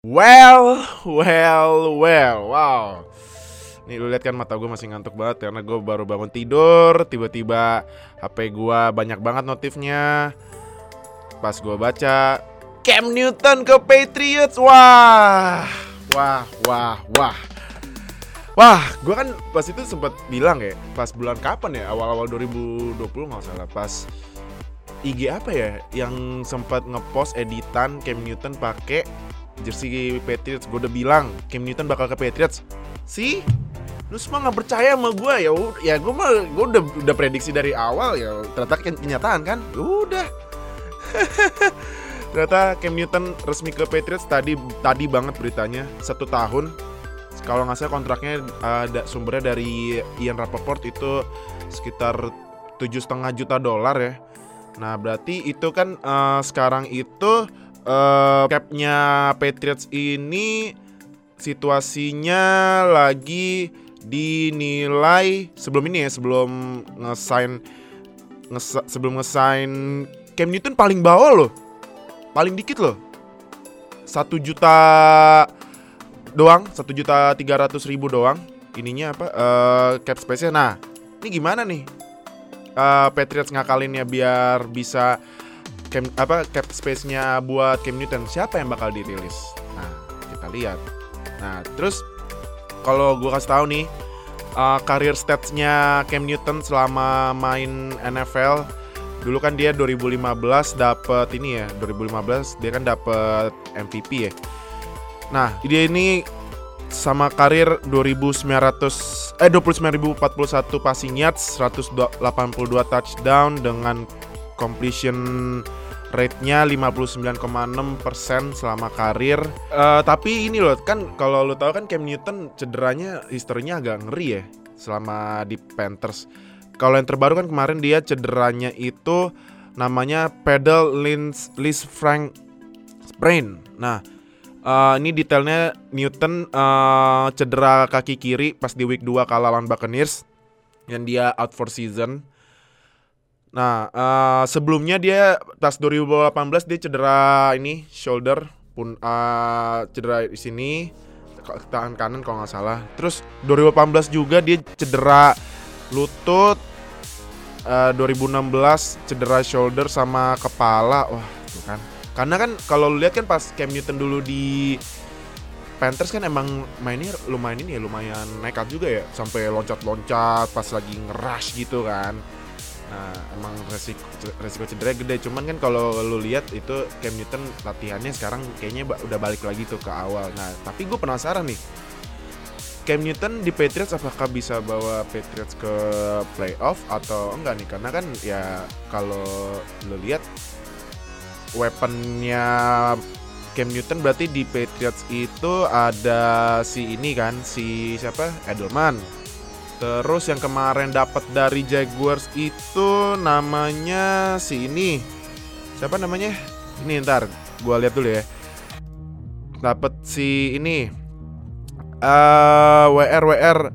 Wow. Nih lu lihat kan mata gue masih ngantuk banget karena gue baru bangun tidur. Tiba-tiba HP gue banyak banget notifnya. Pas gue baca Cam Newton ke Patriots. Wah, gue kan pas itu sempat bilang ya, pas bulan kapan ya, awal-awal 2020 nggak salah, pas IG apa ya yang sempat ngepost editan Cam Newton pakai jersey Patriots. Gue udah bilang Cam Newton bakal ke Patriots. Sih, lu semua nggak percaya sama gue ya gue udah prediksi dari awal ya. Ternyata kenyataan kan, udah. Ternyata Cam Newton resmi ke Patriots tadi banget beritanya, 1 tahun. Kalau nggak salah kontraknya ada sumbernya dari Ian Rapoport, itu sekitar $7,5 juta ya. Nah berarti itu kan sekarang itu capnya Patriots ini situasinya lagi dinilai sebelum nge-sign Cam Newton paling bawah loh, paling dikit loh, 1 juta doang, 1.300.000 doang ininya cap space-nya. Nah ini gimana nih Patriots ngakalinnya biar bisa cap space-nya buat Cam Newton? Siapa yang bakal dirilis? Nah, kita lihat. Nah, terus kalau gue kasih tahu nih, career stats-nya Cam Newton selama main NFL. Dulu kan dia 2015 dapet ini ya, 2015 dia kan dapet MVP ya. Nah, dia ini sama karir 29.041 passing yards, 182 touchdown dengan completion rate-nya 59,6% selama karir. Tapi ini loh, kan kalau lo tahu kan Cam Newton cederanya, historinya agak ngeri ya selama di Panthers. Kalau yang terbaru kan kemarin dia cederanya itu namanya pedal Lisfranc sprain. Nah, ini detailnya Newton cedera kaki kiri pas di week 2 kalah lawan Buccaneers dan dia out for season. Nah, sebelumnya dia pas 2018 dia cedera ini shoulder pun cedera di sini tangan kanan kalau nggak salah. Terus 2018 juga dia cedera lutut. 2016 cedera shoulder sama kepala. Wah, tuh kan. Karena kan kalau lu lihat kan pas Cam Newton dulu di Panthers kan emang mainnya lumayan nekat juga ya, sampai loncat-loncat pas lagi ngerush gitu kan. Nah, emang resiko cedera gede. Cuman kan kalau lu lihat itu Cam Newton latihannya sekarang kayaknya udah balik lagi tuh ke awal. Nah, tapi gue penasaran nih, Cam Newton di Patriots apakah bisa bawa Patriots ke playoff atau enggak nih? Karena kan ya kalau lu lihat weaponnya Cam Newton berarti di Patriots itu ada si siapa? Edelman. Terus yang kemarin dapat dari Jaguars itu namanya si ini. Siapa namanya? Ini ntar gua lihat dulu ya. Dapat si ini WR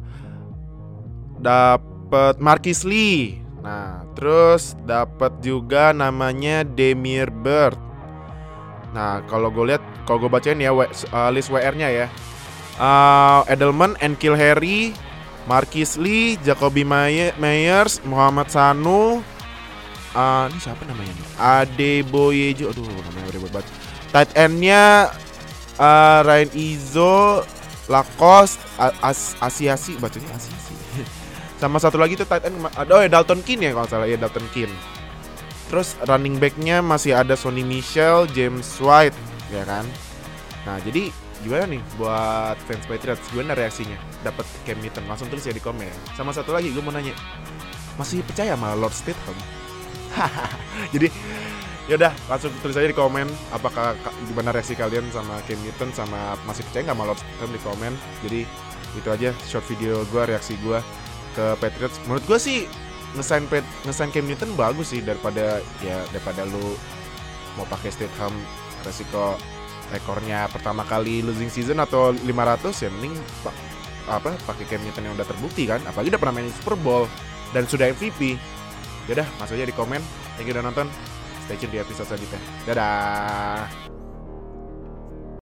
dapat Marquise Lee. Nah, terus dapat juga namanya Damiere Byrd. Nah, kalau gue bacain ya list WR-nya ya. Edelman, N'Keal Harry, Marquise Lee, Jacoby Myers, Muhammad Sanu, ini siapa namanya nih? Adeboyejo, aduh namanya ribet banget. Tight end-nya Ryan Izzo, Lacoste, Asiasi, bacanya Asiasi. Sama satu lagi tuh tight end, Dalton Keene ya kalau salah ya, Dalton Keene. Terus running back-nya masih ada Sonny Michel, James White, ya kan? Nah, jadi gimana nih buat fans Patriots, gimana reaksinya dapat Cam Newton? Langsung tulis ya di komen. Sama satu lagi gue mau nanya, masih percaya sama Lord Stidham? Jadi yaudah langsung tulis aja di komen apakah gimana reaksi kalian sama Cam Newton, sama masih percaya nggak sama Lord Stidham di komen. Jadi itu aja short video gue, reaksi gue ke Patriots. Menurut gue sih ngesign Cam Newton bagus sih daripada lu mau pakai Stidham, resiko rekornya pertama kali losing season atau 500 ya mending pakai Cam Newton yang udah terbukti kan, apalagi udah pernah main Super Bowl dan sudah MVP. Yaudah, masuk aja di komen. Thank you udah nonton. Stay tune di episode selanjutnya. Dadah.